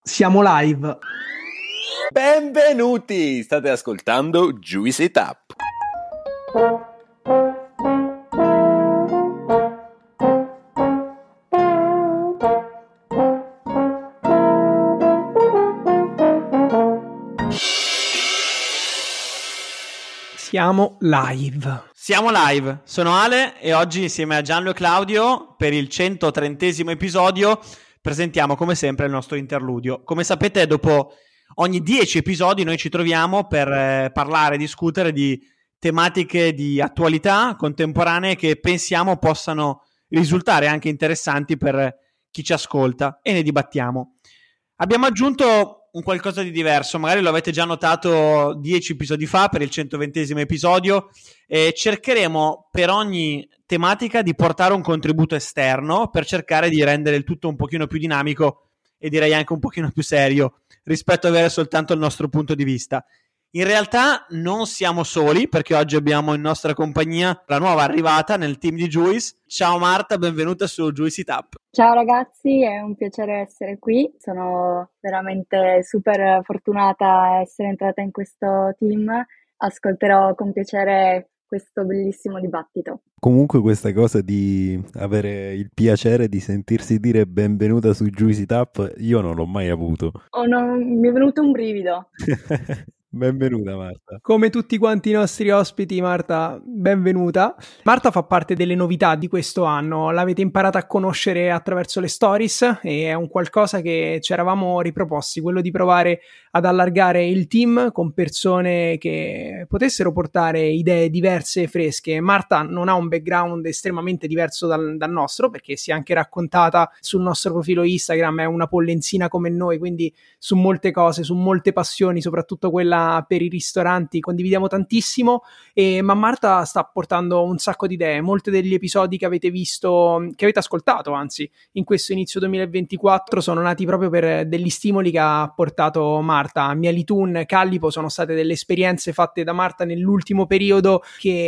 Siamo live. Benvenuti! State ascoltando Juicy Tap. Siamo live. Siamo live, sono Ale e oggi insieme a Gianlo e Claudio per il 130° episodio presentiamo come sempre il nostro interludio. Come sapete, dopo ogni 10 episodi noi ci troviamo per parlare e discutere di tematiche di attualità contemporanee che pensiamo possano risultare anche interessanti per chi ci ascolta e ne dibattiamo. Abbiamo aggiunto un qualcosa di diverso, magari lo avete già notato 10 episodi fa per il 120° episodio, e cercheremo per ogni tematica di portare un contributo esterno per cercare di rendere il tutto un pochino più dinamico e direi anche un pochino più serio rispetto ad avere soltanto il nostro punto di vista. In realtà non siamo soli, perché oggi abbiamo in nostra compagnia la nuova arrivata nel team di Juice. Ciao Marta, benvenuta su Juicy Tap. Ciao ragazzi, è un piacere essere qui, sono veramente super fortunata a essere entrata in questo team, ascolterò con piacere questo bellissimo dibattito. Comunque questa cosa di avere il piacere di sentirsi dire benvenuta su Juicy Tap io non l'ho mai avuto. Mi è venuto un brivido. Benvenuta Marta. Come tutti quanti i nostri ospiti, Marta, benvenuta. Marta fa parte delle novità di questo anno, l'avete imparata a conoscere attraverso le stories e è un qualcosa che ci eravamo riproposti, quello di provare ad allargare il team con persone che potessero portare idee diverse e fresche. Marta non ha un background estremamente diverso dal nostro, perché si è anche raccontata sul nostro profilo Instagram, è una pollenzina come noi, quindi su molte cose, su molte passioni, soprattutto quella per i ristoranti, condividiamo tantissimo, ma Marta sta portando un sacco di idee. Molti degli episodi che avete visto, che avete ascoltato anzi in questo inizio 2024 sono nati proprio per degli stimoli che ha portato Marta. Mialitun, Callipo sono state delle esperienze fatte da Marta nell'ultimo periodo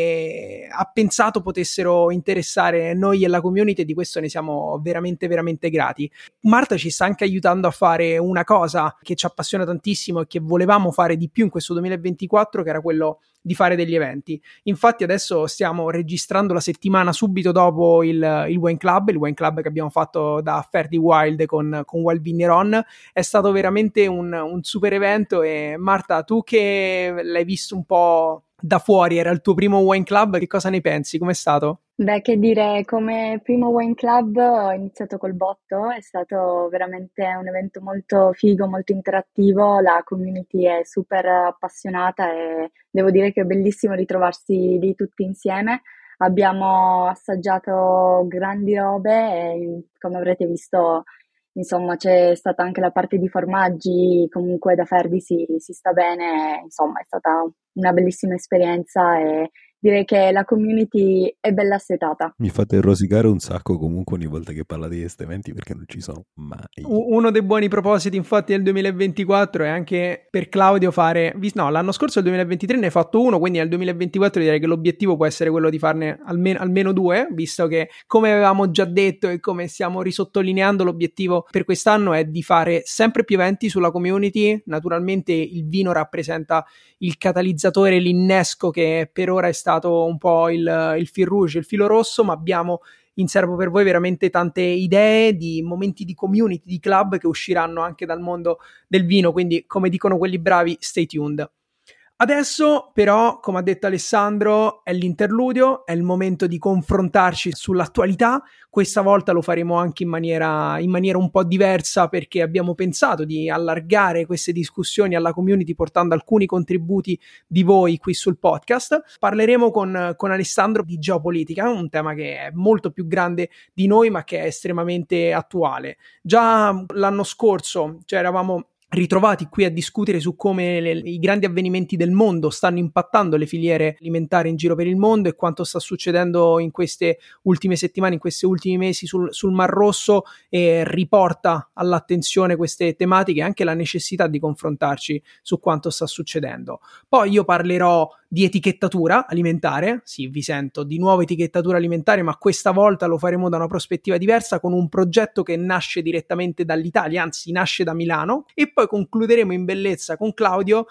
che ha pensato potessero interessare noi e la community, e di questo ne siamo veramente veramente grati. Marta ci sta anche aiutando a fare una cosa che ci appassiona tantissimo e che volevamo fare di più in questo 2024, che era quello di fare degli eventi. Infatti adesso stiamo registrando la settimana subito dopo il Wine Club che abbiamo fatto da Fair di Wild con Wild Vigneron. È stato veramente un super evento. E Marta, tu che l'hai visto un po' da fuori, era il tuo primo Wine Club, che cosa ne pensi? Com'è stato? Beh, che dire, come primo Wine Club ho iniziato col botto, è stato veramente un evento molto figo, molto interattivo, la community è super appassionata e devo dire che è bellissimo ritrovarsi lì tutti insieme. Abbiamo assaggiato grandi robe e come avrete visto, insomma, c'è stata anche la parte di formaggi, comunque da Ferdi si sta bene, insomma, è stata una bellissima esperienza e direi che la community è bella assetata. Mi fate rosicare un sacco comunque ogni volta che parlate di questi eventi, perché non ci sono mai. Uno dei buoni propositi infatti del 2024 è anche per Claudio fare, no, l'anno scorso il 2023 ne hai fatto uno, quindi nel 2024 direi che l'obiettivo può essere quello di farne almeno 2, visto che, come avevamo già detto e come stiamo risottolineando, l'obiettivo per quest'anno è di fare sempre più eventi sulla community. Naturalmente il vino rappresenta il catalizzatore, l'innesco che per ora è stato un po' il fil rouge, il filo rosso, ma abbiamo in serbo per voi veramente tante idee di momenti di community, di club che usciranno anche dal mondo del vino, quindi come dicono quelli bravi, stay tuned. Adesso però, come ha detto Alessandro, è l'interludio, è il momento di confrontarci sull'attualità. Questa volta lo faremo anche in maniera un po' diversa, perché abbiamo pensato di allargare queste discussioni alla community portando alcuni contributi di voi qui sul podcast. Parleremo con Alessandro di geopolitica, un tema che è molto più grande di noi ma che è estremamente attuale. Già l'anno scorso, cioè eravamo ritrovati qui a discutere su come i grandi avvenimenti del mondo stanno impattando le filiere alimentari in giro per il mondo e quanto sta succedendo in queste ultime settimane, in questi ultimi mesi sul Mar Rosso, e riporta all'attenzione queste tematiche e anche la necessità di confrontarci su quanto sta succedendo. Poi io parlerò di etichettatura alimentare, sì, vi sento, di nuova etichettatura alimentare, ma questa volta lo faremo da una prospettiva diversa, con un progetto che nasce direttamente dall'Italia, anzi nasce da Milano, e poi concluderemo in bellezza con Claudio,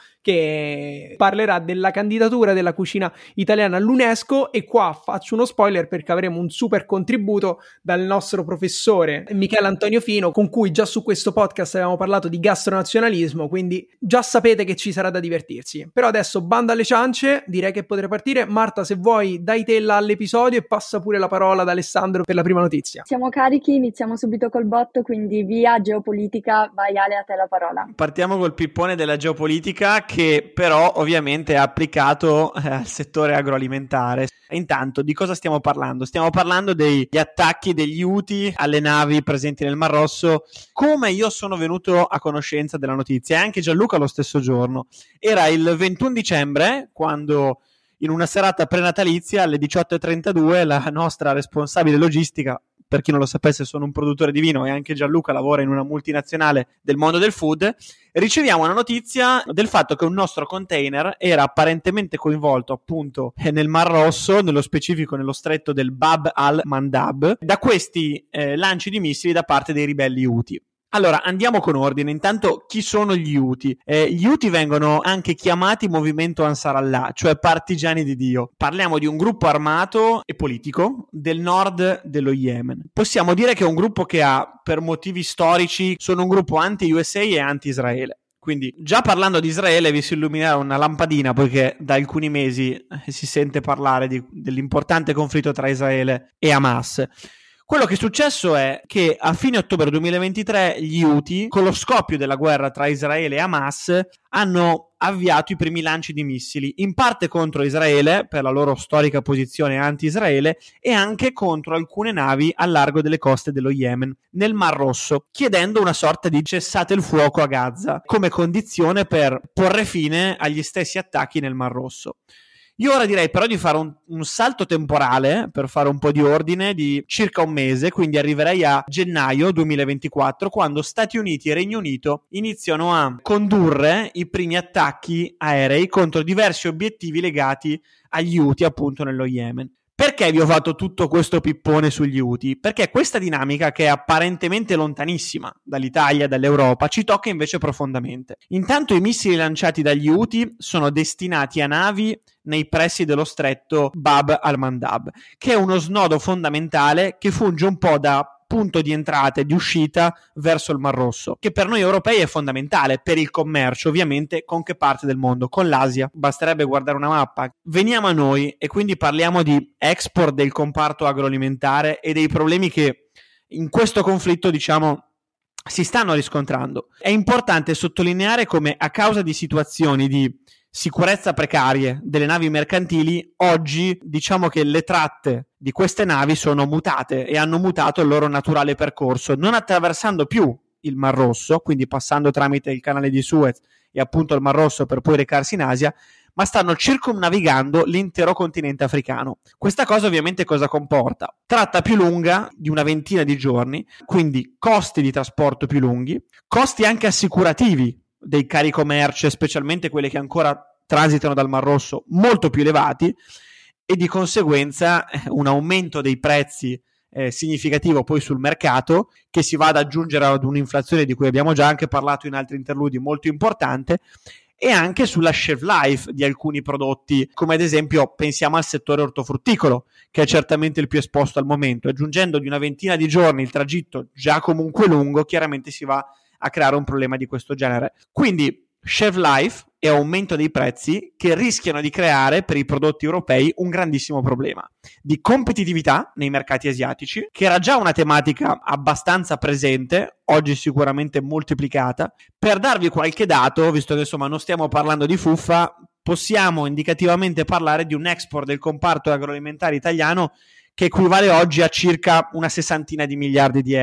che parlerà della candidatura della cucina italiana all'UNESCO, e qua faccio uno spoiler perché avremo un super contributo dal nostro professore Michele Antonio Fino, con cui già su questo podcast abbiamo parlato di gastronazionalismo, quindi già sapete che ci sarà da divertirsi. Però adesso banda alle ciance, direi che potrei partire. Marta, se vuoi dai tella all'episodio e passa pure la parola ad Alessandro per la prima notizia. Siamo carichi, iniziamo subito col botto, quindi via geopolitica. Vai Ale, a te la parola. Partiamo col pippone della geopolitica, che però ovviamente è applicato al settore agroalimentare. Intanto, di cosa stiamo parlando? Stiamo parlando degli attacchi degli Houthi alle navi presenti nel Mar Rosso. Come io sono venuto a conoscenza della notizia, e anche Gianluca lo stesso giorno, era il 21 dicembre, quando in una serata prenatalizia alle 18:32 la nostra responsabile logistica, per chi non lo sapesse sono un produttore di vino e anche Gianluca lavora in una multinazionale del mondo del food, riceviamo una notizia del fatto che un nostro container era apparentemente coinvolto appunto nel Mar Rosso, nello specifico nello stretto del Bab al-Mandab, da questi lanci di missili da parte dei ribelli Houthi. Allora, andiamo con ordine. Intanto, chi sono gli Houthi? Gli Houthi vengono anche chiamati Movimento Ansar Allah, cioè partigiani di Dio. Parliamo di un gruppo armato e politico del nord dello Yemen. Possiamo dire che è un gruppo che ha, per motivi storici, sono un gruppo anti-USA e anti-Israele. Quindi, già parlando di Israele vi si illuminerà una lampadina, poiché da alcuni mesi si sente parlare dell'importante conflitto tra Israele e Hamas. Quello che è successo è che a fine ottobre 2023 gli Houthi, con lo scoppio della guerra tra Israele e Hamas, hanno avviato i primi lanci di missili, in parte contro Israele, per la loro storica posizione anti-Israele, e anche contro alcune navi al largo delle coste dello Yemen, nel Mar Rosso, chiedendo una sorta di cessate il fuoco a Gaza, come condizione per porre fine agli stessi attacchi nel Mar Rosso. Io ora direi però di fare un salto temporale per fare un po' di ordine di circa un mese, quindi arriverei a gennaio 2024, quando Stati Uniti e Regno Unito iniziano a condurre i primi attacchi aerei contro diversi obiettivi legati agli Houthi appunto nello Yemen. Perché vi ho fatto tutto questo pippone sugli Houthi? Perché questa dinamica, che è apparentemente lontanissima dall'Italia e dall'Europa, ci tocca invece profondamente. Intanto i missili lanciati dagli Houthi sono destinati a navi nei pressi dello stretto Bab al-Mandab, che è uno snodo fondamentale che funge un po' da punto di entrata e di uscita verso il Mar Rosso, che per noi europei è fondamentale per il commercio, ovviamente. Con che parte del mondo? Con l'Asia. Basterebbe guardare una mappa. Veniamo a noi e quindi parliamo di export del comparto agroalimentare e dei problemi che in questo conflitto, diciamo, si stanno riscontrando. È importante sottolineare come, a causa di situazioni di sicurezza precarie delle navi mercantili, oggi diciamo che le tratte di queste navi sono mutate e hanno mutato il loro naturale percorso, non attraversando più il Mar Rosso, quindi passando tramite il canale di Suez e appunto il Mar Rosso per poi recarsi in Asia, ma stanno circumnavigando l'intero continente africano. Questa cosa ovviamente cosa comporta? Tratta più lunga di una ventina di giorni, quindi costi di trasporto più lunghi, costi anche assicurativi dei carico merce, specialmente quelle che ancora transitano dal Mar Rosso, molto più elevati, e di conseguenza un aumento dei prezzi significativo poi sul mercato, che si va ad aggiungere ad un'inflazione di cui abbiamo già anche parlato in altri interludi molto importante, e anche sulla shelf life di alcuni prodotti, come ad esempio pensiamo al settore ortofrutticolo, che è certamente il più esposto al momento. Aggiungendo di una ventina di giorni il tragitto già comunque lungo, chiaramente si va a creare un problema di questo genere. Quindi shelf life e aumento dei prezzi che rischiano di creare per i prodotti europei un grandissimo problema di competitività nei mercati asiatici, che era già una tematica abbastanza presente, oggi sicuramente moltiplicata. Per darvi qualche dato, visto che insomma non stiamo parlando di fuffa, possiamo indicativamente parlare di un export del comparto agroalimentare italiano che equivale oggi a circa una 60 di miliardi di euro.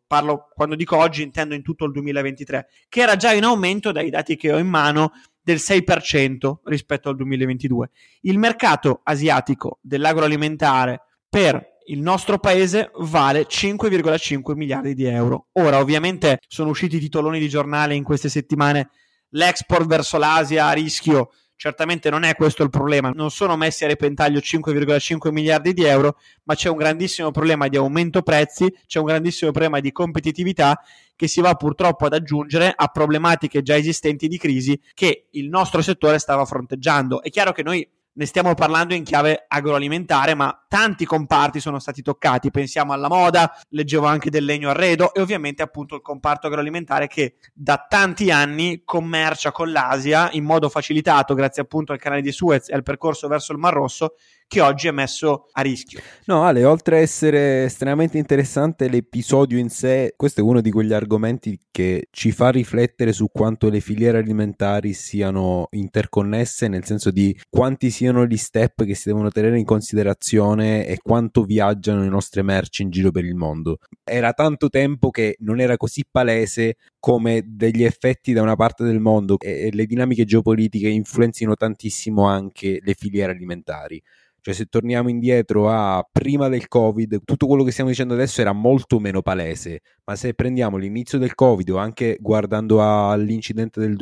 parlo quando dico oggi intendo in tutto il 2023, che era già in aumento dai dati che ho in mano del 6% rispetto al 2022. Il mercato asiatico dell'agroalimentare per il nostro paese vale 5,5 miliardi di euro. Ora, ovviamente, sono usciti titoloni di giornale in queste settimane, l'export verso l'Asia a rischio. Certamente non è questo il problema, non sono messi a repentaglio 5,5 miliardi di euro, ma c'è un grandissimo problema di aumento prezzi, c'è un grandissimo problema di competitività che si va purtroppo ad aggiungere a problematiche già esistenti di crisi che il nostro settore stava fronteggiando. È chiaro che noi ne stiamo parlando in chiave agroalimentare, ma tanti comparti sono stati toccati. Pensiamo alla moda, leggevo anche del legno arredo e ovviamente appunto il comparto agroalimentare che da tanti anni commercia con l'Asia in modo facilitato grazie appunto al canale di Suez e al percorso verso il Mar Rosso, che oggi è messo a rischio. No, Ale, oltre a essere estremamente interessante l'episodio in sé, questo è uno di quegli argomenti che ci fa riflettere su quanto le filiere alimentari siano interconnesse, nel senso di quanti siano gli step che si devono tenere in considerazione e quanto viaggiano le nostre merci in giro per il mondo. Era tanto tempo che non era così palese come degli effetti da una parte del mondo e le dinamiche geopolitiche influenzino tantissimo anche le filiere alimentari. Cioè, se torniamo indietro a prima del Covid, tutto quello che stiamo dicendo adesso era molto meno palese, ma se prendiamo l'inizio del Covid o anche guardando all'incidente del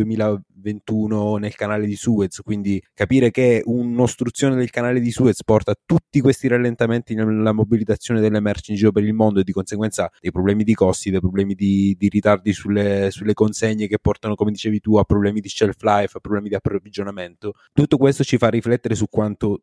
2021 nel canale di Suez, quindi capire che un'ostruzione del canale di Suez porta a tutti questi rallentamenti nella mobilitazione delle merci in giro per il mondo e di conseguenza dei problemi di costi, dei problemi di ritardi sulle consegne che portano, come dicevi tu, a problemi di shelf life, a problemi di approvvigionamento, tutto questo ci fa riflettere su quanto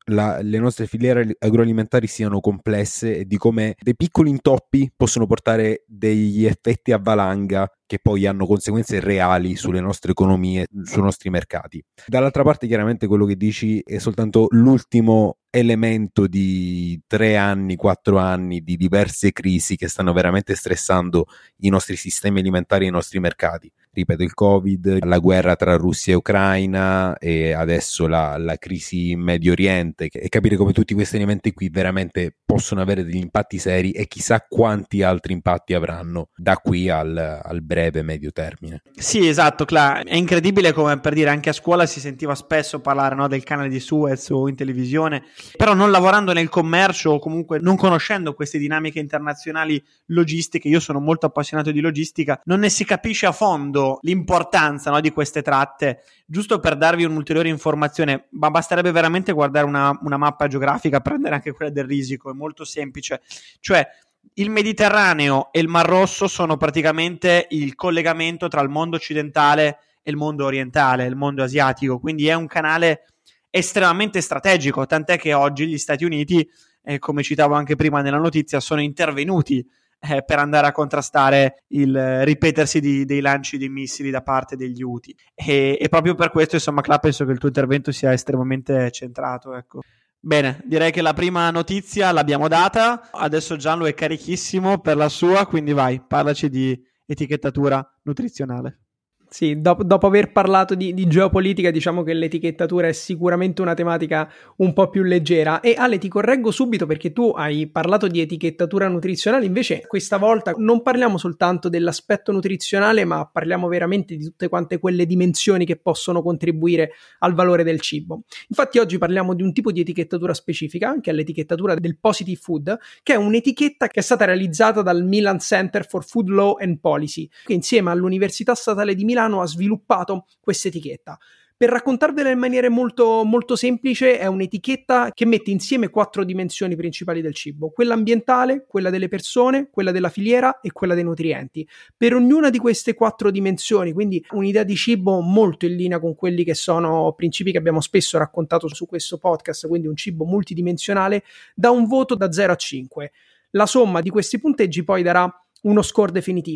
le nostre filiere agroalimentari siano complesse e di come dei piccoli intoppi possono portare degli effetti a valanga che poi hanno conseguenze reali sulle nostre economie, sui nostri mercati. Dall'altra parte, chiaramente, quello che dici è soltanto l'ultimo elemento di 3 anni, 4 anni di diverse crisi che stanno veramente stressando i nostri sistemi alimentari e i nostri mercati. Ripeto, il Covid, la guerra tra Russia e Ucraina e adesso la crisi in Medio Oriente, e capire come tutti questi elementi qui veramente possono avere degli impatti seri e chissà quanti altri impatti avranno da qui al breve medio termine. Sì, esatto, Cla. È incredibile come, per dire, anche a scuola si sentiva spesso parlare, no, del canale di Suez o in televisione, però non lavorando nel commercio o comunque non conoscendo queste dinamiche internazionali logistiche, io sono molto appassionato di logistica, non ne si capisce a fondo l'importanza, no, di queste tratte. Giusto per darvi un'ulteriore informazione, ma basterebbe veramente guardare una mappa geografica, prendere anche quella del risico, è molto semplice. Cioè, il Mediterraneo e il Mar Rosso sono praticamente il collegamento tra il mondo occidentale e il mondo orientale, il mondo asiatico, quindi è un canale estremamente strategico, tant'è che oggi gli Stati Uniti, come citavo anche prima nella notizia, sono intervenuti per andare a contrastare il ripetersi dei lanci di missili da parte degli Houthi e proprio per questo, insomma, Cla, penso che il tuo intervento sia estremamente centrato, ecco. Bene, direi che la prima notizia l'abbiamo data, adesso Gianlu è carichissimo per la sua, quindi vai, parlaci di etichettatura nutrizionale. Sì, dopo aver parlato di geopolitica, diciamo che l'etichettatura è sicuramente una tematica un po' più leggera. E Ale, ti correggo subito perché tu hai parlato di etichettatura nutrizionale, invece questa volta non parliamo soltanto dell'aspetto nutrizionale, ma parliamo veramente di tutte quante quelle dimensioni che possono contribuire al valore del cibo. Infatti oggi parliamo di un tipo di etichettatura specifica, che è l'etichettatura del Positive Food, che è un'etichetta che è stata realizzata dal Milan Center for Food Law and Policy, che insieme all'Università Statale di Milano ha sviluppato questa etichetta. Per raccontarvela in maniera molto, molto semplice, è un'etichetta che mette insieme 4 dimensioni principali del cibo: quella ambientale, quella delle persone, quella della filiera e quella dei nutrienti. Per ognuna di queste 4 dimensioni, quindi un'idea di cibo molto in linea con quelli che sono principi che abbiamo spesso raccontato su questo podcast, quindi un cibo multidimensionale, dà un voto da 0 a 5. La somma di questi punteggi poi darà uno score definitivo.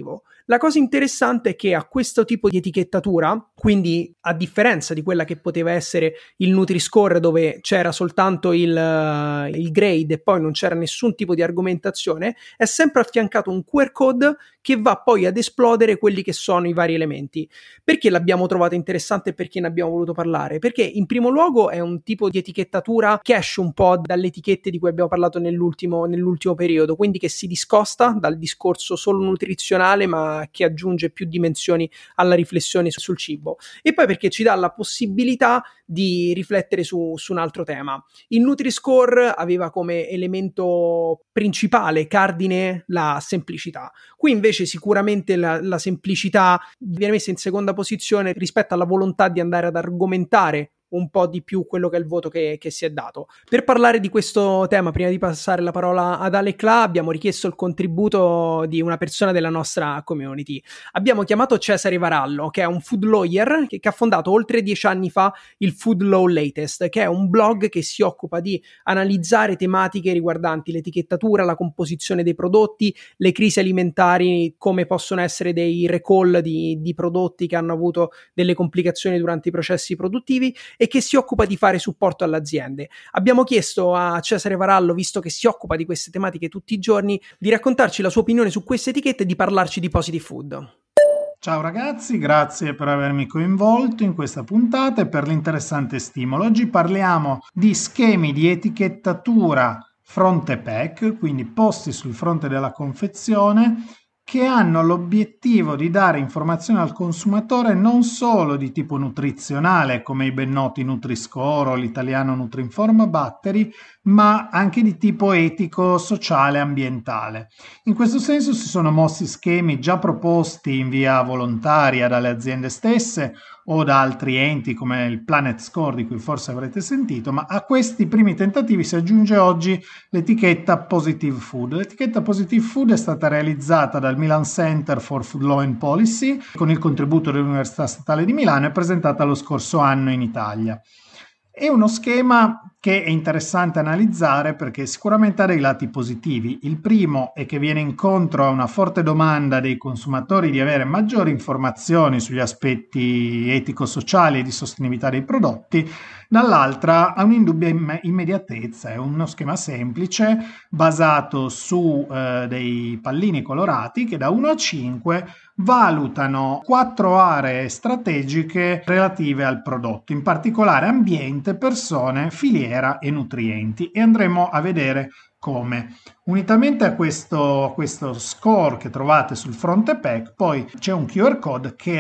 La cosa interessante è che a questo tipo di etichettatura, quindi a differenza di quella che poteva essere il Nutri-Score, dove c'era soltanto il grade e poi non c'era nessun tipo di argomentazione, è sempre affiancato un QR code che va poi ad esplodere quelli che sono i vari elementi. Perché l'abbiamo trovato interessante e perché ne abbiamo voluto parlare? Perché in primo luogo è un tipo di etichettatura che esce un po' dalle etichette di cui abbiamo parlato nell'ultimo periodo, quindi che si discosta dal discorso solo nutrizionale, ma che aggiunge più dimensioni alla riflessione sul cibo. E poi perché ci dà la possibilità di riflettere su un altro tema. Il Nutri-Score aveva come elemento principale, cardine, la semplicità. Qui invece sicuramente la semplicità viene messa in seconda posizione rispetto alla volontà di andare ad argomentare un po' di più quello che è il voto che si è dato. Per parlare di questo tema, prima di passare la parola ad Alecla, abbiamo richiesto il contributo di una persona della nostra community. Abbiamo chiamato Cesare Varallo, che è un food lawyer che ha fondato oltre 10 anni fa il Food Law Latest, che è un blog che si occupa di analizzare tematiche riguardanti l'etichettatura, la composizione dei prodotti, le crisi alimentari, come possono essere dei recall di prodotti che hanno avuto delle complicazioni durante i processi produttivi, e che si occupa di fare supporto alle aziende. Abbiamo chiesto a Cesare Varallo, visto che si occupa di queste tematiche tutti i giorni, di raccontarci la sua opinione su queste etichette e di parlarci di Positive Food. Ciao ragazzi, grazie per avermi coinvolto in questa puntata e per l'interessante stimolo. Oggi parliamo di schemi di etichettatura fronte pack, quindi posti sul fronte della confezione, che hanno l'obiettivo di dare informazioni al consumatore non solo di tipo nutrizionale, come i ben noti Nutri-Score o l'italiano Nutrinform Battery, ma anche di tipo etico, sociale e ambientale. In questo senso si sono mossi schemi già proposti in via volontaria dalle aziende stesse o da altri enti come il Planet Score, di cui forse avrete sentito, ma a questi primi tentativi si aggiunge oggi l'etichetta Positive Food. L'etichetta Positive Food è stata realizzata dal Milan Center for Food Law and Policy con il contributo dell'Università Statale di Milano e presentata lo scorso anno in Italia. È uno schema che è interessante analizzare perché sicuramente ha dei lati positivi. Il primo è che viene incontro a una forte domanda dei consumatori di avere maggiori informazioni sugli aspetti etico-sociali e di sostenibilità dei prodotti. Dall'altra ha un'indubbia immediatezza, è uno schema semplice basato su dei pallini colorati che da 1 a 5 valutano 4 aree strategiche relative al prodotto, in particolare ambiente, persone, filiera e nutrienti, e andremo a vedere come. Unitamente a questo score che trovate sul fronte pack, poi c'è un QR code che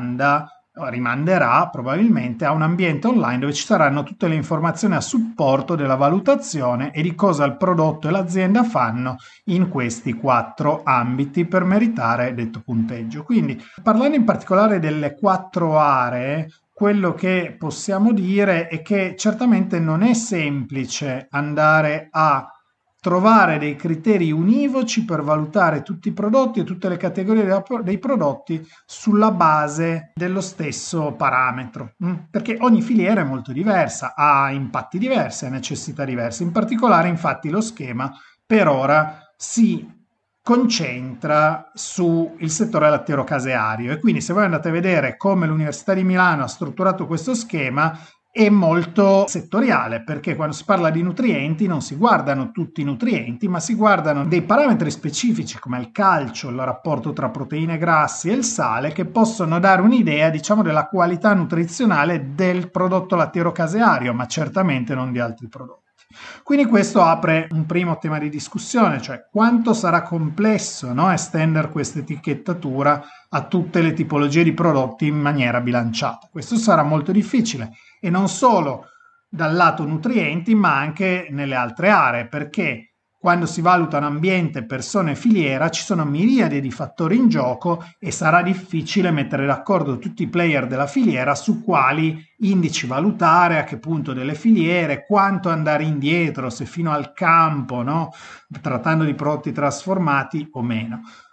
rimanderà probabilmente a un ambiente online dove ci saranno tutte le informazioni a supporto della valutazione e di cosa il prodotto e l'azienda fanno in questi 4 ambiti per meritare detto punteggio. Quindi, parlando in particolare delle 4 aree, quello che possiamo dire è che certamente non è semplice andare a trovare dei criteri univoci per valutare tutti i prodotti e tutte le categorie dei prodotti sulla base dello stesso parametro, perché ogni filiera è molto diversa, ha impatti diversi, ha necessità diverse. In particolare, infatti, lo schema per ora si concentra sul settore lattiero-caseario e quindi se voi andate a vedere come l'Università di Milano ha strutturato questo schema, è molto settoriale, perché quando si parla di nutrienti non si guardano tutti i nutrienti, ma si guardano dei parametri specifici come il calcio, il rapporto tra proteine, grassi e il sale, che possono dare un'idea, diciamo, della qualità nutrizionale del prodotto lattiero-caseario, ma certamente non di altri prodotti. Quindi questo apre un primo tema di discussione, cioè quanto sarà complesso, no, estendere questa etichettatura a tutte le tipologie di prodotti in maniera bilanciata. Questo sarà molto difficile, e non solo dal lato nutrienti, ma anche nelle altre aree, perché quando si valutano ambiente, persone e filiera ci sono miriadi di fattori in gioco e sarà difficile mettere d'accordo tutti i player della filiera su quali indici valutare, a che punto delle filiere, quanto andare indietro, se fino al campo, no? Trattando di prodotti trasformati o meno.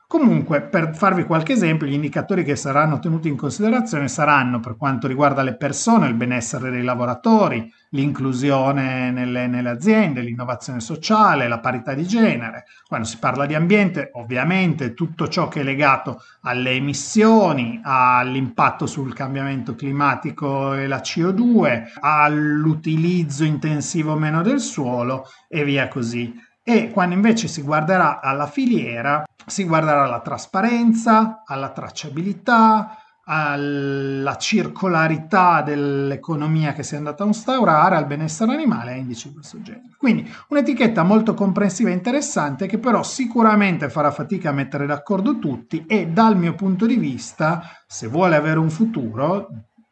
Comunque, per farvi qualche esempio, gli indicatori che saranno tenuti in considerazione saranno, per quanto riguarda le persone, il benessere dei lavoratori, l'inclusione nelle aziende, l'innovazione sociale, la parità di genere. Quando si parla di ambiente, ovviamente tutto ciò che è legato alle emissioni, all'impatto sul cambiamento climatico e la CO2, all'utilizzo intensivo o meno del suolo e via così. E quando invece si guarderà alla filiera, si guarderà alla trasparenza, alla tracciabilità, alla circolarità dell'economia che si è andata a instaurare, al benessere animale e a indici di questo genere. Quindi un'etichetta molto comprensiva e interessante che però sicuramente farà fatica a mettere d'accordo tutti e dal mio punto di vista, se vuole avere un futuro,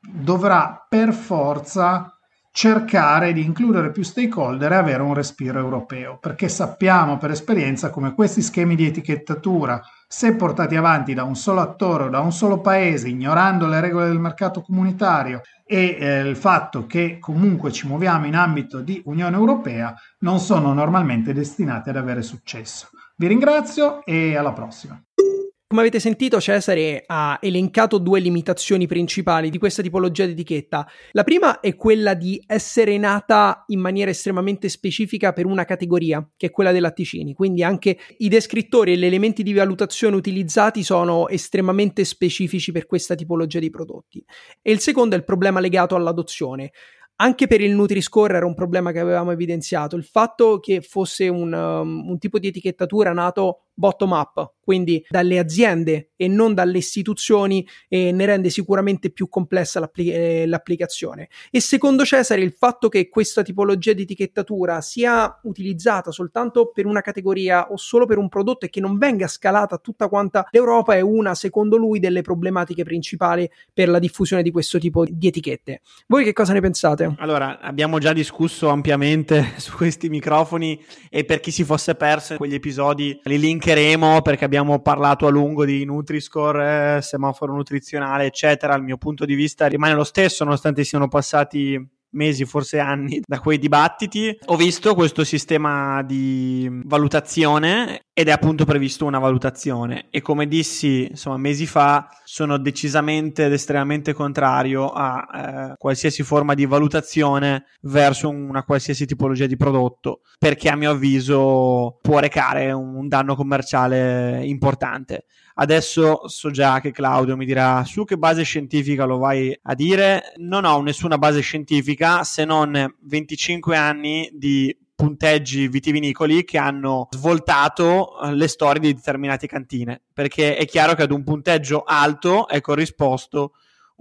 dovrà per forza cercare di includere più stakeholder e avere un respiro europeo, perché sappiamo per esperienza come questi schemi di etichettatura, se portati avanti da un solo attore o da un solo paese, ignorando le regole del mercato comunitario e il fatto che comunque ci muoviamo in ambito di Unione Europea, non sono normalmente destinati ad avere successo. Vi ringrazio e alla prossima. Come avete sentito, Cesare ha elencato 2 limitazioni principali di questa tipologia di etichetta. La prima è quella di essere nata in maniera estremamente specifica per una categoria, che è quella dei latticini. Quindi anche i descrittori e gli elementi di valutazione utilizzati sono estremamente specifici per questa tipologia di prodotti. E il secondo è il problema legato all'adozione. Anche per il Nutri-Score era un problema che avevamo evidenziato, il fatto che fosse un tipo di etichettatura nato bottom-up, quindi dalle aziende e non dalle istituzioni, ne rende sicuramente più complessa l'applicazione. E secondo Cesare il fatto che questa tipologia di etichettatura sia utilizzata soltanto per una categoria o solo per un prodotto e che non venga scalata a tutta quanta l'Europa è una, secondo lui, delle problematiche principali per la diffusione di questo tipo di etichette. Voi che cosa ne pensate? Allora, abbiamo già discusso ampiamente su questi microfoni e per chi si fosse perso in quegli episodi li linkeremo perché abbiamo parlato a lungo di Nutri-Score, semaforo nutrizionale, eccetera. Il mio punto di vista rimane lo stesso nonostante siano passati mesi, forse anni, da quei dibattiti. Ho visto questo sistema di valutazione ed è appunto previsto una valutazione e come dissi insomma mesi fa sono decisamente ed estremamente contrario a qualsiasi forma di valutazione verso una qualsiasi tipologia di prodotto, perché a mio avviso può recare un danno commerciale importante. Adesso so già che Claudio mi dirà: su che base scientifica lo vai a dire? Non ho nessuna base scientifica se non 25 anni di punteggi vitivinicoli che hanno svoltato le storie di determinate cantine, perché è chiaro che ad un punteggio alto è corrisposto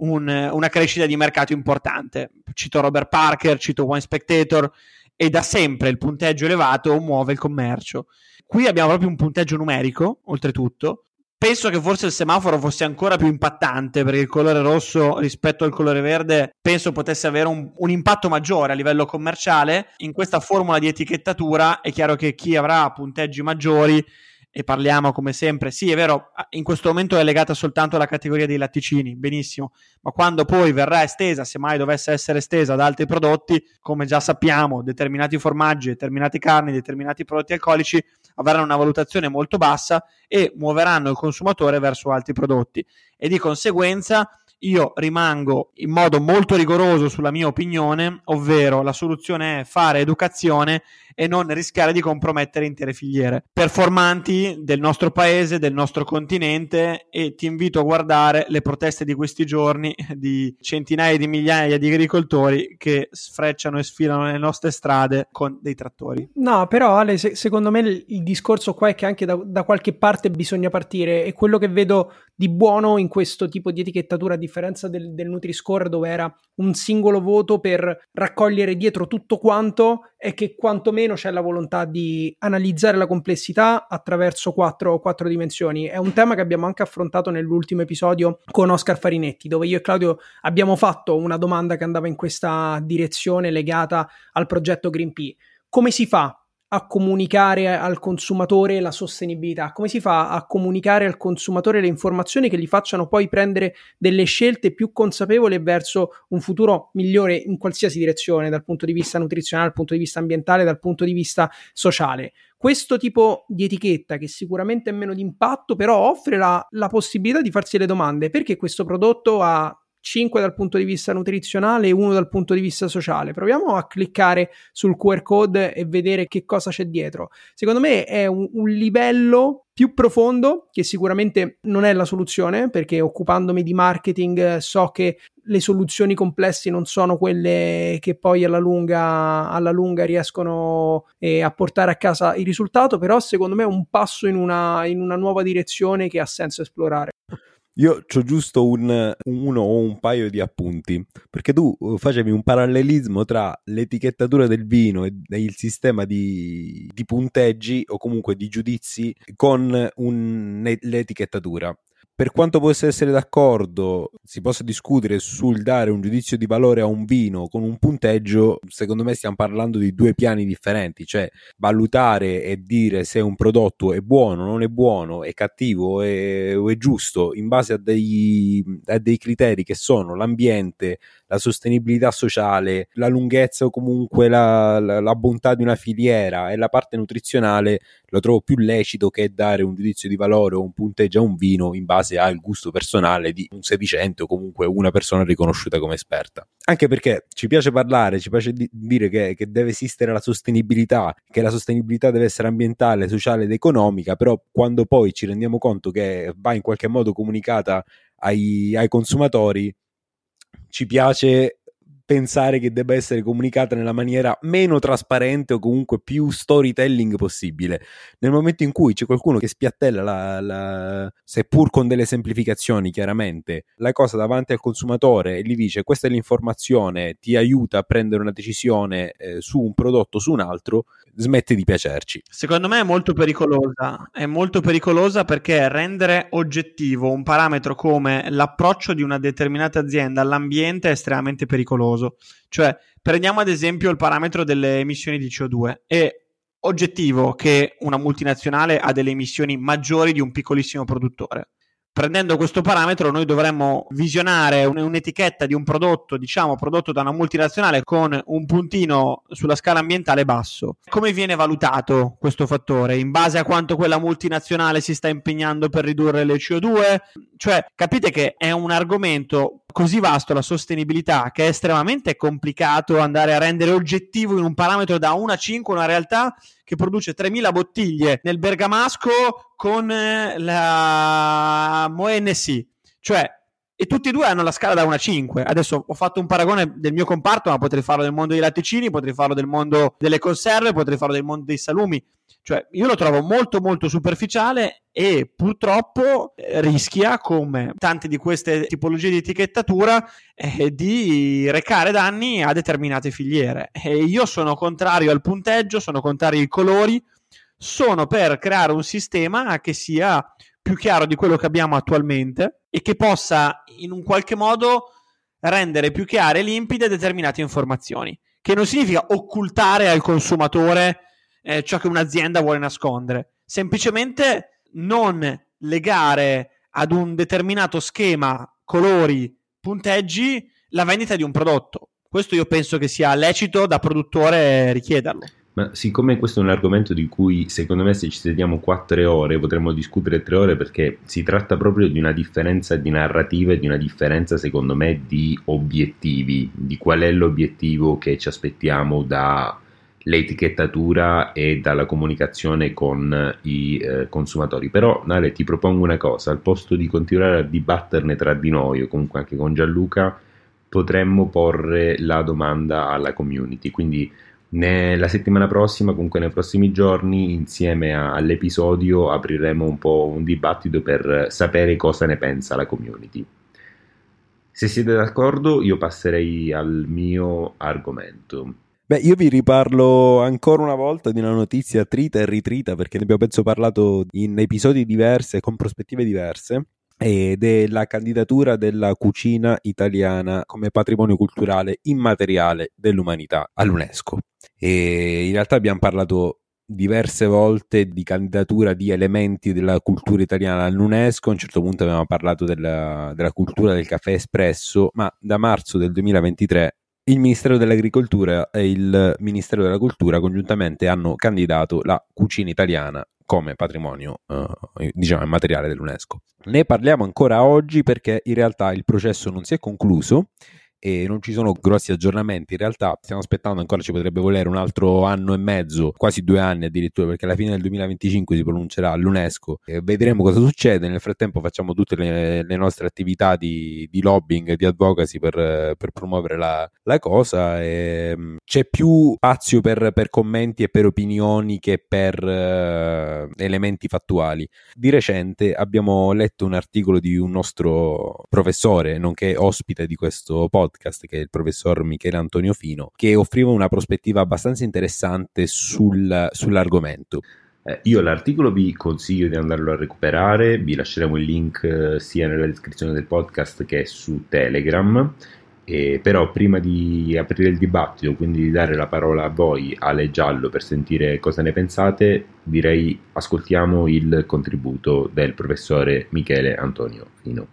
una crescita di mercato importante. Cito Robert Parker, cito Wine Spectator, e da sempre il punteggio elevato muove il commercio. Qui abbiamo proprio un punteggio numerico, oltretutto. Penso che forse il semaforo fosse ancora più impattante perché il colore rosso rispetto al colore verde penso potesse avere un impatto maggiore a livello commerciale. In questa formula di etichettatura è chiaro che chi avrà punteggi maggiori, e parliamo come sempre, sì è vero, in questo momento è legata soltanto alla categoria dei latticini, benissimo, ma quando poi verrà estesa, se mai dovesse essere estesa ad altri prodotti, come già sappiamo, determinati formaggi, determinate carni, determinati prodotti alcolici avranno una valutazione molto bassa e muoveranno il consumatore verso altri prodotti e di conseguenza io rimango in modo molto rigoroso sulla mia opinione, ovvero la soluzione è fare educazione e non rischiare di compromettere intere filiere performanti del nostro paese, del nostro continente, e ti invito a guardare le proteste di questi giorni di centinaia di migliaia di agricoltori che sfrecciano e sfilano nelle nostre strade con dei trattori. No, però Ale, secondo me il discorso qua è che anche da qualche parte bisogna partire, e quello che vedo di buono in questo tipo di etichettatura, a differenza del Nutri-Score dove era un singolo voto per raccogliere dietro tutto quanto, è che quantomeno c'è la volontà di analizzare la complessità attraverso quattro dimensioni. È un tema che abbiamo anche affrontato nell'ultimo episodio con Oscar Farinetti, dove io e Claudio abbiamo fatto una domanda che andava in questa direzione legata al progetto Green Pea. Come si fa a comunicare al consumatore la sostenibilità? Come si fa a comunicare al consumatore le informazioni che gli facciano poi prendere delle scelte più consapevoli verso un futuro migliore in qualsiasi direzione, dal punto di vista nutrizionale, dal punto di vista ambientale, dal punto di vista sociale? Questo tipo di etichetta, che sicuramente è meno di impatto, però offre la possibilità di farsi le domande: perché questo prodotto ha 5 dal punto di vista nutrizionale e 1 dal punto di vista sociale? Proviamo a cliccare sul QR code e vedere che cosa c'è dietro. Secondo me è un livello più profondo, che sicuramente non è la soluzione, perché occupandomi di marketing so che le soluzioni complesse non sono quelle che poi alla lunga riescono a portare a casa il risultato, però secondo me è un passo in una nuova direzione che ha senso esplorare. Io c'ho giusto uno o un paio di appunti, perché tu facevi un parallelismo tra l'etichettatura del vino e il sistema di punteggi o comunque di giudizi con l'etichettatura. Per quanto possa essere d'accordo, si possa discutere sul dare un giudizio di valore a un vino con un punteggio, secondo me stiamo parlando di due piani differenti, cioè valutare e dire se un prodotto è buono, non è buono, è cattivo o è giusto in base a dei criteri che sono l'ambiente, la sostenibilità sociale, la lunghezza o comunque la bontà di una filiera, e la parte nutrizionale lo trovo più lecito che dare un giudizio di valore o un punteggio a un vino in base al gusto personale di un sedicente o comunque una persona riconosciuta come esperta. Anche perché ci piace parlare, ci piace dire che deve esistere la sostenibilità, che la sostenibilità deve essere ambientale, sociale ed economica, però quando poi ci rendiamo conto che va in qualche modo comunicata ai consumatori, ci piace pensare che debba essere comunicata nella maniera meno trasparente o comunque più storytelling possibile. Nel momento in cui c'è qualcuno che spiattella, seppur con delle semplificazioni chiaramente, la cosa davanti al consumatore e gli dice: questa è l'informazione, ti aiuta a prendere una decisione su un prodotto o su un altro, smette di piacerci. Secondo me è molto pericolosa perché rendere oggettivo un parametro come l'approccio di una determinata azienda all'ambiente è estremamente pericoloso. Cioè, prendiamo ad esempio il parametro delle emissioni di CO2. È oggettivo che una multinazionale ha delle emissioni maggiori di un piccolissimo produttore. Prendendo questo parametro noi dovremmo visionare un'etichetta di un prodotto, diciamo prodotto da una multinazionale, con un puntino sulla scala ambientale basso. Come viene valutato questo fattore? In base a quanto quella multinazionale si sta impegnando per ridurre le CO2? Cioè, capite che è un argomento così vasto, la sostenibilità, che è estremamente complicato andare a rendere oggettivo in un parametro da 1 a 5 una realtà che produce 3.000 bottiglie nel bergamasco con la Moët Hennessy, cioè, e tutti e due hanno la scala da 1 a 5. Adesso ho fatto un paragone del mio comparto, ma potrei farlo del mondo dei latticini, potrei farlo del mondo delle conserve, potrei farlo del mondo dei salumi. Cioè, io lo trovo molto molto superficiale e purtroppo rischia, come tante di queste tipologie di etichettatura, di recare danni a determinate filiere. E io sono contrario al punteggio, sono contrario ai colori, sono per creare un sistema che sia più chiaro di quello che abbiamo attualmente e che possa in un qualche modo rendere più chiare e limpide determinate informazioni, che non significa occultare al consumatore ciò che un'azienda vuole nascondere, semplicemente non legare ad un determinato schema, colori, punteggi la vendita di un prodotto. Questo io penso che sia lecito da produttore richiederlo. Ma siccome questo è un argomento di cui secondo me se ci sediamo 4 ore potremmo discutere 3 ore, perché si tratta proprio di una differenza di narrativa e di una differenza secondo me di obiettivi, di qual è l'obiettivo che ci aspettiamo dall'etichettatura e dalla comunicazione con i consumatori. Però Nale, ti propongo una cosa: al posto di continuare a dibatterne tra di noi o comunque anche con Gianluca, potremmo porre la domanda alla community, quindi la settimana prossima, comunque nei prossimi giorni, insieme all'episodio apriremo un po' un dibattito per sapere cosa ne pensa la community. Se siete d'accordo, io passerei al mio argomento. Beh, io vi riparlo ancora una volta di una notizia trita e ritrita, perché ne abbiamo penso parlato in episodi diversi e con prospettive diverse, ed è la candidatura della cucina italiana come patrimonio culturale immateriale dell'umanità all'UNESCO. E in realtà abbiamo parlato diverse volte di candidatura di elementi della cultura italiana all'UNESCO. A un certo punto avevamo parlato della cultura del caffè espresso, ma da marzo del 2023 il Ministero dell'Agricoltura e il Ministero della Cultura congiuntamente hanno candidato la cucina italiana come patrimonio immateriale dell'UNESCO. Ne parliamo ancora oggi perché in realtà il processo non si è concluso e non ci sono grossi aggiornamenti. In realtà stiamo aspettando ancora, ci potrebbe volere un altro anno e mezzo, quasi 2 anni addirittura, perché alla fine del 2025 si pronuncerà all'UNESCO e vedremo cosa succede. Nel frattempo facciamo tutte le nostre attività di lobbying, di advocacy per promuovere la cosa, e c'è più spazio per commenti e per opinioni che per elementi fattuali. Di recente abbiamo letto un articolo di un nostro professore, nonché ospite di questo podcast, che è il professor Michele Antonio Fino, che offriva una prospettiva abbastanza interessante sull'argomento. Io l'articolo vi consiglio di andarlo a recuperare, vi lasceremo il link sia nella descrizione del podcast che su Telegram, però prima di aprire il dibattito, quindi di dare la parola a voi, Ale e Giallo, per sentire cosa ne pensate, direi ascoltiamo il contributo del professore Michele Antonio Fino.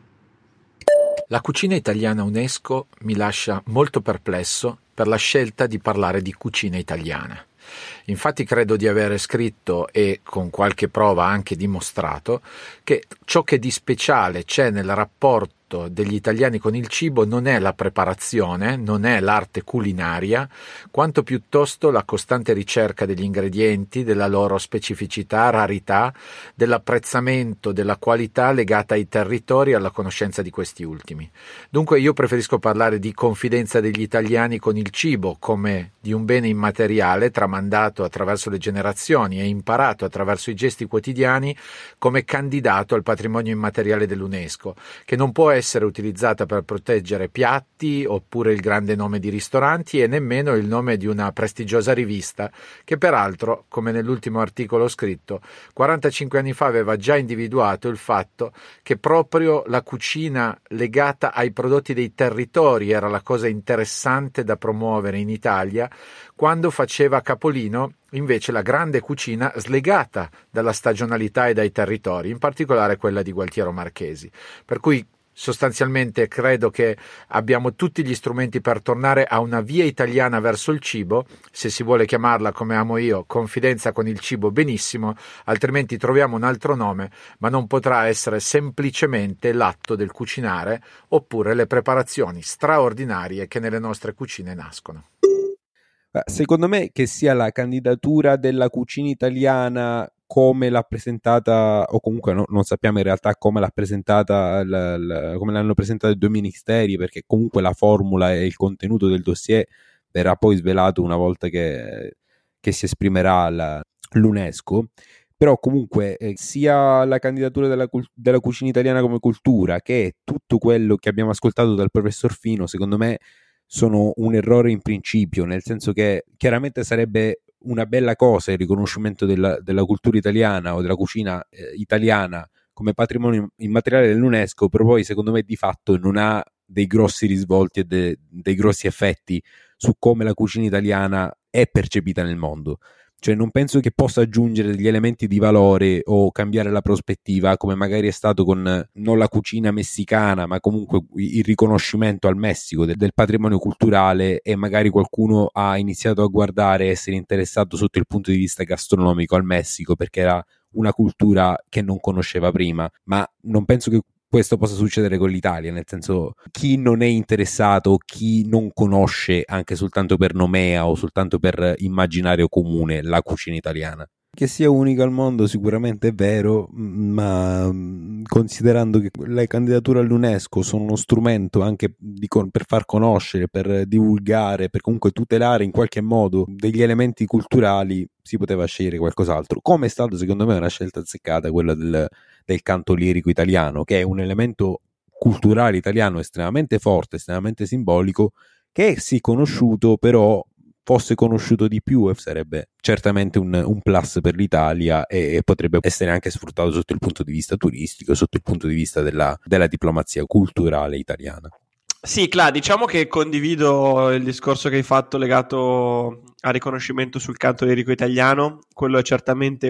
La cucina italiana UNESCO mi lascia molto perplesso per la scelta di parlare di cucina italiana. Infatti credo di aver scritto e con qualche prova anche dimostrato che ciò che di speciale c'è nel rapporto degli italiani con il cibo non è la preparazione, non è l'arte culinaria, quanto piuttosto la costante ricerca degli ingredienti, della loro specificità, rarità, dell'apprezzamento, della qualità legata ai territori e alla conoscenza di questi ultimi. Dunque io preferisco parlare di confidenza degli italiani con il cibo come di un bene immateriale tramandato attraverso le generazioni e imparato attraverso i gesti quotidiani come candidato al patrimonio immateriale dell'UNESCO, che non può essere utilizzata per proteggere piatti oppure il grande nome di ristoranti e nemmeno il nome di una prestigiosa rivista che peraltro, come nell'ultimo articolo scritto, 45 anni fa aveva già individuato il fatto che proprio la cucina legata ai prodotti dei territori era la cosa interessante da promuovere in Italia, quando faceva capolino invece la grande cucina slegata dalla stagionalità e dai territori, in particolare quella di Gualtiero Marchesi. Per cui sostanzialmente credo che abbiamo tutti gli strumenti per tornare a una via italiana verso il cibo, se si vuole chiamarla come amo io, confidenza con il cibo, benissimo, altrimenti troviamo un altro nome, ma non potrà essere semplicemente l'atto del cucinare oppure le preparazioni straordinarie che nelle nostre cucine nascono. Secondo me che sia la candidatura della cucina italiana come l'ha presentata, o comunque non sappiamo in realtà come l'ha presentata, come l'hanno presentata i due ministeri, perché comunque la formula e il contenuto del dossier verrà poi svelato una volta che si esprimerà l'UNESCO. Però comunque sia la candidatura della cucina italiana come cultura che tutto quello che abbiamo ascoltato dal professor Fino, secondo me sono un errore in principio, nel senso che chiaramente sarebbe una bella cosa il riconoscimento della cultura italiana o della cucina italiana come patrimonio immateriale dell'UNESCO, però poi secondo me di fatto non ha dei grossi risvolti e dei grossi effetti su come la cucina italiana è percepita nel mondo. Cioè non penso che possa aggiungere degli elementi di valore o cambiare la prospettiva, come magari è stato con non la cucina messicana, ma comunque il riconoscimento al Messico del patrimonio culturale, e magari qualcuno ha iniziato a guardare e essere interessato sotto il punto di vista gastronomico al Messico perché era una cultura che non conosceva prima. Ma non penso che questo possa succedere con l'Italia, nel senso, chi non è interessato, chi non conosce anche soltanto per nomea o soltanto per immaginario comune la cucina italiana. Che sia unica al mondo sicuramente è vero, ma considerando che le candidature all'UNESCO sono uno strumento anche per far conoscere, per divulgare, per comunque tutelare in qualche modo degli elementi culturali, si poteva scegliere qualcos'altro. Come è stato secondo me una scelta azzeccata quella del canto lirico italiano, che è un elemento culturale italiano estremamente forte, estremamente simbolico, che è sì conosciuto, però fosse conosciuto di più sarebbe certamente un plus per l'Italia e potrebbe essere anche sfruttato sotto il punto di vista turistico, sotto il punto di vista della diplomazia culturale italiana. Sì, Cla, diciamo che condivido il discorso che hai fatto legato al riconoscimento sul canto lirico italiano. Quello è certamente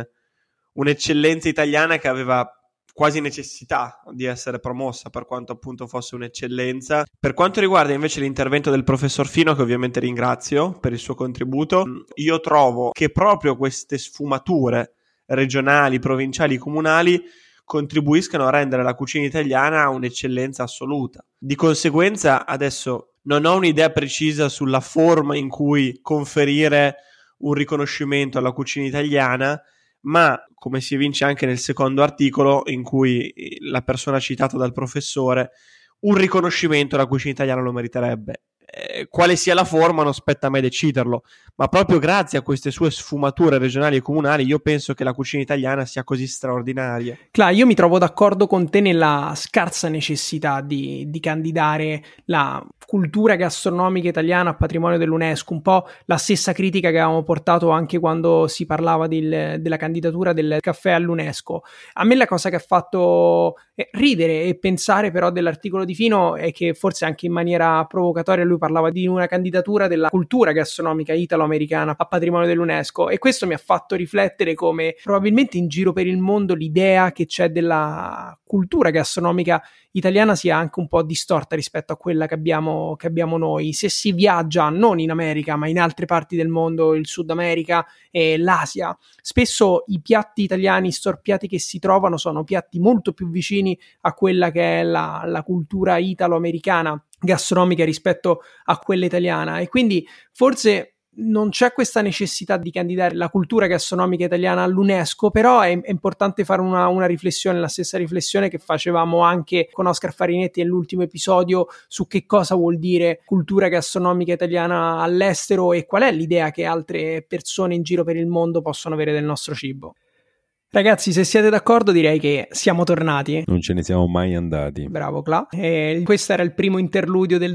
un'eccellenza italiana che aveva quasi necessità di essere promossa, per quanto appunto fosse un'eccellenza. Per quanto riguarda invece l'intervento del professor Fino, che ovviamente ringrazio per il suo contributo, io trovo che proprio queste sfumature regionali, provinciali, comunali contribuiscano a rendere la cucina italiana un'eccellenza assoluta. Di conseguenza adesso non ho un'idea precisa sulla forma in cui conferire un riconoscimento alla cucina italiana, ma come si evince anche nel secondo articolo, in cui la persona citata dal professore, un riconoscimento alla cucina italiana lo meriterebbe. Quale sia la forma non spetta a me deciderlo, ma proprio grazie a queste sue sfumature regionali e comunali io penso che la cucina italiana sia così straordinaria. Cla, io mi trovo d'accordo con te nella scarsa necessità di candidare la cultura gastronomica italiana a patrimonio dell'UNESCO, un po' la stessa critica che avevamo portato anche quando si parlava della candidatura del caffè all'UNESCO. A me la cosa che ha fatto ridere e pensare però dell'articolo di Fino è che forse anche in maniera provocatoria lui parlava di una candidatura della cultura gastronomica italo-americana a patrimonio dell'UNESCO, e questo mi ha fatto riflettere come probabilmente in giro per il mondo l'idea che c'è della cultura gastronomica italiana sia anche un po' distorta rispetto a quella che abbiamo noi. Se si viaggia non in America ma in altre parti del mondo, il Sud America e l'Asia, spesso i piatti italiani storpiati che si trovano sono piatti molto più vicini a quella che è la cultura italo-americana gastronomica rispetto a quella italiana, e quindi forse non c'è questa necessità di candidare la cultura gastronomica italiana all'UNESCO, però è importante fare una riflessione, la stessa riflessione che facevamo anche con Oscar Farinetti nell'ultimo episodio su che cosa vuol dire cultura gastronomica italiana all'estero e qual è l'idea che altre persone in giro per il mondo possono avere del nostro cibo. Ragazzi, se siete d'accordo direi che siamo tornati. Non ce ne siamo mai andati. Bravo Cla. Questo era il primo interludio del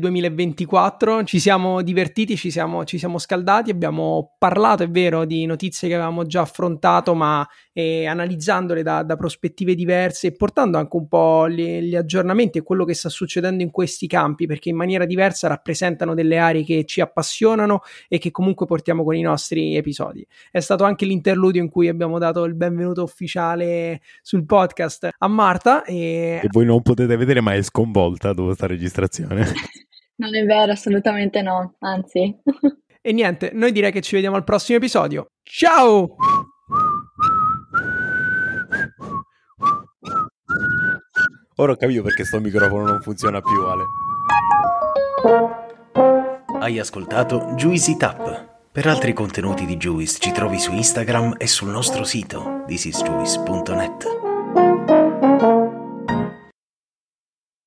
2024, ci siamo divertiti, ci siamo scaldati, abbiamo parlato, è vero, di notizie che avevamo già affrontato, ma analizzandole da prospettive diverse e portando anche un po' gli aggiornamenti e quello che sta succedendo in questi campi, perché in maniera diversa rappresentano delle aree che ci appassionano e che comunque portiamo con i nostri episodi. È stato anche l'interludio in cui abbiamo dato il benvenuto ufficiale sul podcast a Marta e voi non potete vedere, ma è sconvolta dopo sta registrazione. Non è vero, assolutamente no, anzi. E niente, noi direi che ci vediamo al prossimo episodio. Ciao! Ora ho capito perché sto microfono non funziona più, Ale. Hai ascoltato Juicy Tap. Per altri contenuti di Juice ci trovi su Instagram e sul nostro sito thisisjuice.net.